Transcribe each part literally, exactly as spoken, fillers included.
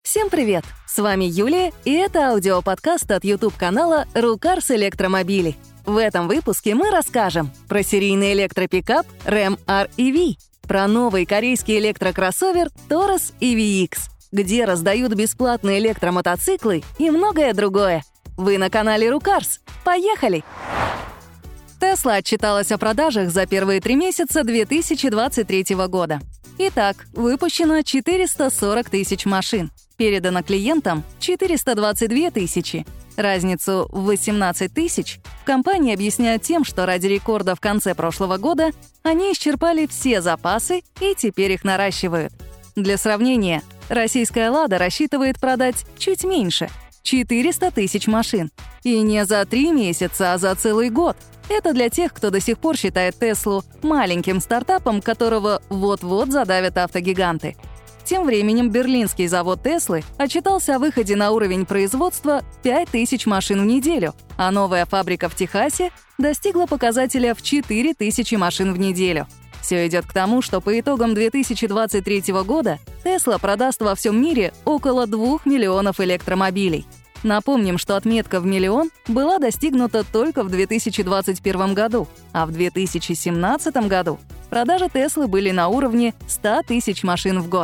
Всем привет! С вами Юлия, и это аудиоподкаст от YouTube-канала «Рукарс Электромобили». В этом выпуске мы расскажем про серийный электропикап рэм ар и ви, про новый корейский электрокроссовер Taurus и ви икс, где раздают бесплатные электромотоциклы и многое другое. Вы на канале Рукарс. Поехали! Tesla отчиталась о продажах за первые три месяца две тысячи двадцать третьего года. Итак, выпущено четыреста сорок тысяч машин, передано клиентам четыреста двадцать две тысячи. Разницу в восемнадцать тысяч в компании объясняют тем, что ради рекорда в конце прошлого года они исчерпали все запасы и теперь их наращивают. Для сравнения, российская «Лада» рассчитывает продать чуть меньше — четыреста тысяч машин. И не за три месяца, а за целый год. Это для тех, кто до сих пор считает Теслу маленьким стартапом, которого вот-вот задавят автогиганты. Тем временем берлинский завод Теслы отчитался о выходе на уровень производства пять тысяч машин в неделю, а новая фабрика в Техасе достигла показателя в четыре тысячи машин в неделю. Все идет к тому, что по итогам две тысячи двадцать третьего года Тесла продаст во всем мире около двух миллионов электромобилей. Напомним, что отметка в миллион была достигнута только в две тысячи двадцать первом году, а в две тысячи семнадцатом году продажи Теслы были на уровне ста тысяч машин в год.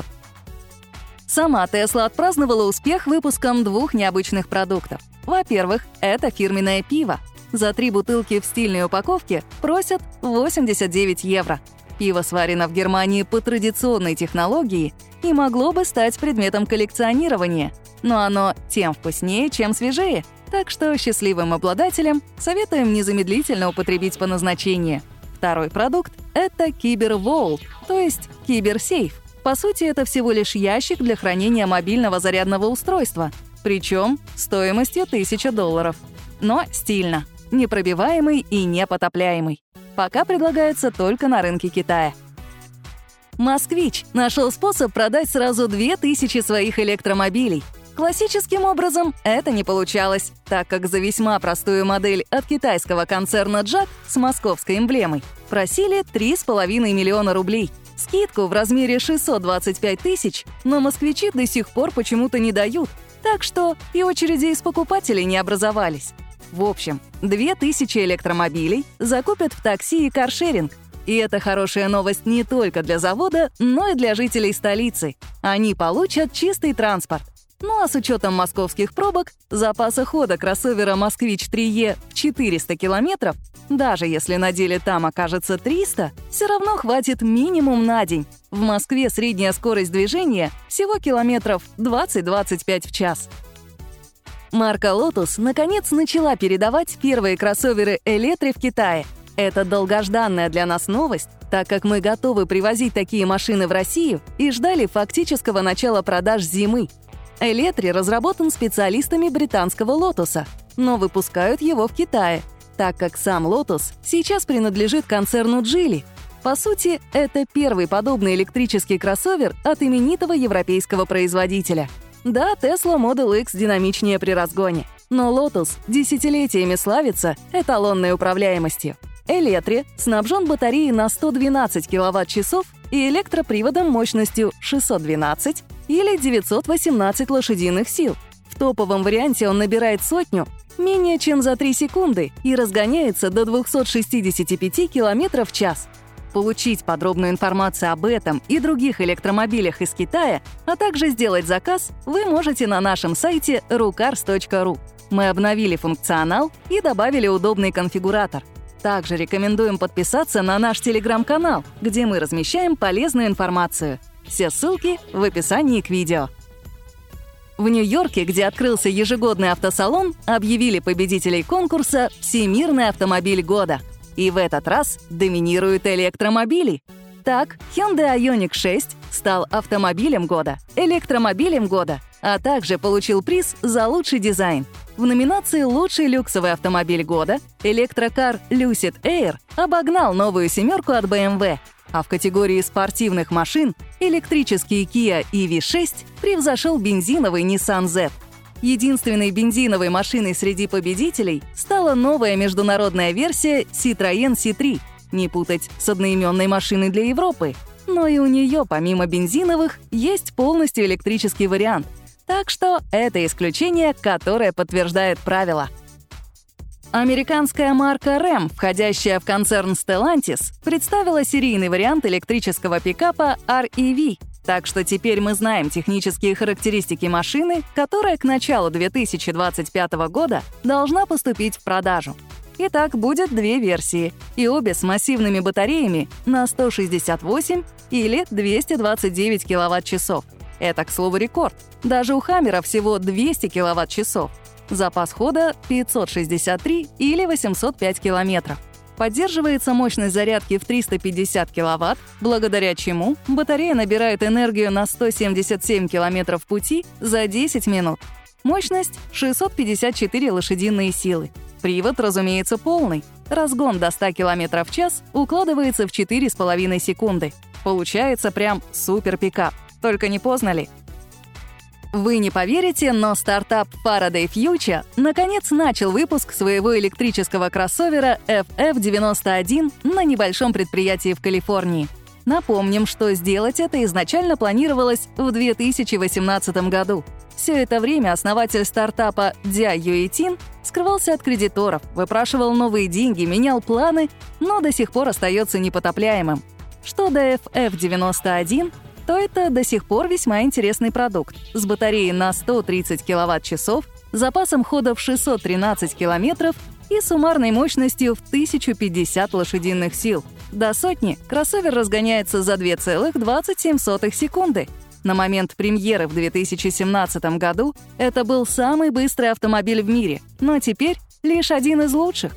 Сама Тесла отпраздновала успех выпуском двух необычных продуктов. Во-первых, это фирменное пиво. За три бутылки в стильной упаковке просят восемьдесят девять евро. Пиво сварено в Германии по традиционной технологии и могло бы стать предметом коллекционирования. Но оно тем вкуснее, чем свежее, так что счастливым обладателям советуем незамедлительно употребить по назначению. Второй продукт — это Кибервоулт, то есть киберсейф. По сути, это всего лишь ящик для хранения мобильного зарядного устройства, причем стоимостью тысяча долларов. Но стильно, непробиваемый и непотопляемый. Пока предлагается только на рынке Китая. «Москвич» нашел способ продать сразу две тысячи своих электромобилей. Классическим образом это не получалось, так как за весьма простую модель от китайского концерна джак с московской эмблемой просили три с половиной миллиона рублей. Скидку в размере шестьсот двадцать пять тысяч, но москвичи до сих пор почему-то не дают, так что и очереди из покупателей не образовались. В общем, две тысячи электромобилей закупят в такси и каршеринг. И это хорошая новость не только для завода, но и для жителей столицы. Они получат чистый транспорт. Ну а с учетом московских пробок, запаса хода кроссовера «Москвич три е» в четыреста километров, даже если на деле там окажется триста, все равно хватит минимум на день. В Москве средняя скорость движения всего километров двадцать - двадцать пять в час. Марка Lotus наконец начала передавать первые кроссоверы Eletre в Китае. Это долгожданная для нас новость, так как мы готовы привозить такие машины в Россию и ждали фактического начала продаж зимы. Eletre разработан специалистами британского Lotus, но выпускают его в Китае, так как сам Lotus сейчас принадлежит концерну Geely. По сути, это первый подобный электрический кроссовер от именитого европейского производителя. Да, Tesla Model X динамичнее при разгоне, но Lotus десятилетиями славится эталонной управляемостью. Eletre снабжен батареей на сто двенадцать киловатт-часов и электроприводом мощностью шестьсот двенадцать или девятьсот восемнадцать лошадиных сил. В топовом варианте он набирает сотню менее чем за три секунды и разгоняется до двухсот шестидесяти пяти километров в час. Получить подробную информацию об этом и других электромобилях из Китая, а также сделать заказ, вы можете на нашем сайте рукарс точка ру. Мы обновили функционал и добавили удобный конфигуратор. Также рекомендуем подписаться на наш телеграм-канал, где мы размещаем полезную информацию. Все ссылки в описании к видео. В Нью-Йорке, где открылся ежегодный автосалон, объявили победителей конкурса «Всемирный автомобиль года». И в этот раз доминируют электромобили. Так, Hyundai Ioniq шесть стал автомобилем года, электромобилем года, а также получил приз за лучший дизайн. В номинации «Лучший люксовый автомобиль года» электрокар Lucid Air обогнал новую семерку от бэ эм вэ, а в категории спортивных машин электрический Kia и ви шесть превзошел бензиновый Nissan Z. Единственной бензиновой машиной среди победителей стала новая международная версия Citroën си три, не путать с одноименной машиной для Европы. Но и у нее, помимо бензиновых, есть полностью электрический вариант. Так что это исключение, которое подтверждает правило. Американская марка рэм, входящая в концерн Stellantis, представила серийный вариант электрического пикапа ар и ви. Так что теперь мы знаем технические характеристики машины, которая к началу две тысячи двадцать пятого года должна поступить в продажу. Итак, будет две версии, и обе с массивными батареями на сто шестьдесят восемь или двести двадцать девять киловатт-часов. Это, к слову, рекорд. Даже у Хаммера всего двести киловатт-часов. Запас хода — пятьсот шестьдесят три или восемьсот пять километров. Поддерживается мощность зарядки в триста пятьдесят киловатт, благодаря чему батарея набирает энергию на сто семьдесят семь километров пути за десять минут. Мощность — шестьсот пятьдесят четыре лошадиные силы. Привод, разумеется, полный. Разгон до ста километров в час укладывается в четыре с половиной секунды. Получается прям супер-пикап. Только не поздно ли? Вы не поверите, но стартап Faraday Future наконец начал выпуск своего электрического кроссовера эф эф девяносто один на небольшом предприятии в Калифорнии. Напомним, что сделать это изначально планировалось в две тысячи восемнадцатом году. Все это время основатель стартапа Дя Юэтин скрывался от кредиторов, выпрашивал новые деньги, менял планы, но до сих пор остается непотопляемым. Что до эф эф девяносто один, то это до сих пор весьма интересный продукт с батареей на сто тридцать киловатт-часов, запасом хода в шестьсот тринадцать километров и суммарной мощностью в тысячу пятьдесят лошадиных сил. До сотни кроссовер разгоняется за две целых двадцать семь сотых секунды. На момент премьеры в две тысячи семнадцатом году это был самый быстрый автомобиль в мире, но теперь лишь один из лучших.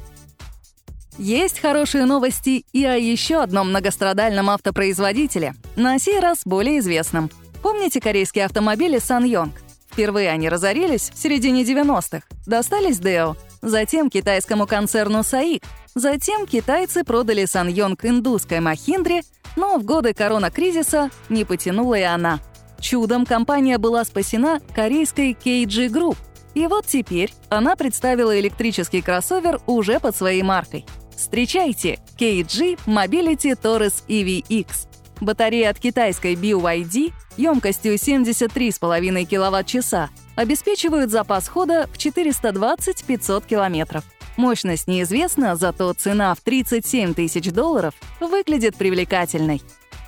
Есть хорошие новости и о еще одном многострадальном автопроизводителе, на сей раз более известном. Помните корейские автомобили SsangYong? Впервые они разорились в середине девяностых, достались Daewoo, затем китайскому концерну саик, затем китайцы продали SsangYong индусской Mahindra, но в годы коронакризиса не потянула и она. Чудом компания была спасена корейской кей джи Group, и вот теперь она представила электрический кроссовер уже под своей маркой. Встречайте кей джи Mobility Taurus и ви икс. Батарея от китайской би уай ди емкостью семьдесят три с половиной киловатт-часа обеспечивают запас хода в четыреста двадцать - пятьсот километров. Мощность неизвестна, зато цена в тридцать семь тысяч долларов выглядит привлекательной.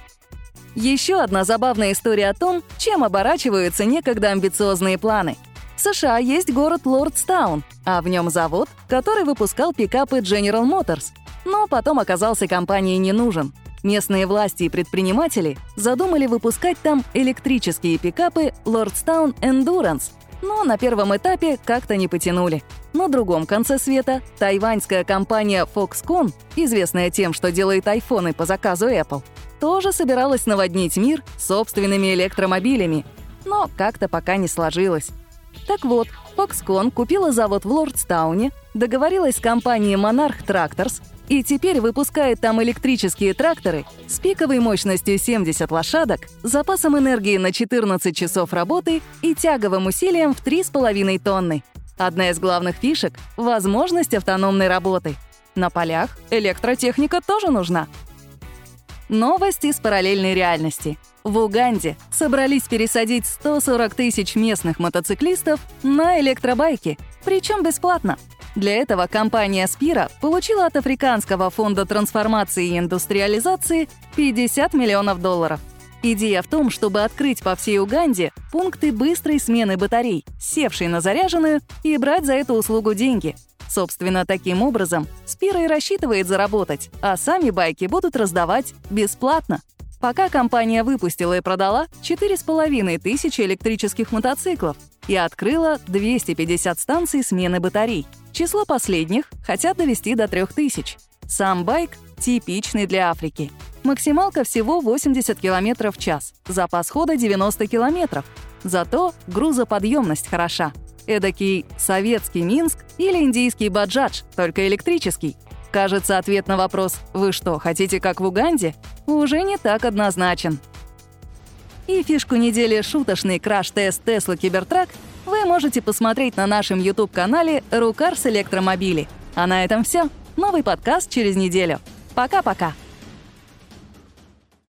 Еще одна забавная история о том, чем оборачиваются некогда амбициозные планы. В США есть город Лордстаун, а в нем завод, который выпускал пикапы General Motors, но потом оказался компании не нужен. Местные власти и предприниматели задумали выпускать там электрические пикапы Lordstown Endurance, но на первом этапе как-то не потянули. На другом конце света тайваньская компания Foxconn, известная тем, что делает айфоны по заказу Apple, тоже собиралась наводнить мир собственными электромобилями, но как-то пока не сложилось. Так вот, Foxconn купила завод в Лордстауне, договорилась с компанией Monarch Tractors и теперь выпускает там электрические тракторы с пиковой мощностью семьдесят лошадок, запасом энергии на четырнадцать часов работы и тяговым усилием в три с половиной тонны. Одна из главных фишек — возможность автономной работы. На полях электротехника тоже нужна. Новость из параллельной реальности. В Уганде собрались пересадить сто сорок тысяч местных мотоциклистов на электробайки, причем бесплатно. Для этого компания Spira получила от Африканского фонда трансформации и индустриализации пятьдесят миллионов долларов. Идея в том, чтобы открыть по всей Уганде пункты быстрой смены батарей, севшей на заряженную, и брать за эту услугу деньги. Собственно, таким образом Spira и рассчитывает заработать, а сами байки будут раздавать бесплатно. Пока компания выпустила и продала четыре с половиной тысячи электрических мотоциклов и открыла двести пятьдесят станций смены батарей. Число последних хотят довести до трёх тысяч. Сам байк типичный для Африки. Максималка всего восемьдесят километров в час, запас хода девяносто километров. Зато грузоподъемность хороша. Эдакий советский Минск или индийский Баджадж, только электрический. Кажется, ответ на вопрос «Вы что, хотите как в Уганде?» уже не так однозначен. И фишку недели шуточный краш-тест Tesla Cybertruck вы можете посмотреть на нашем YouTube-канале «Рукарс Электромобили». А на этом все. Новый подкаст через неделю. Пока-пока!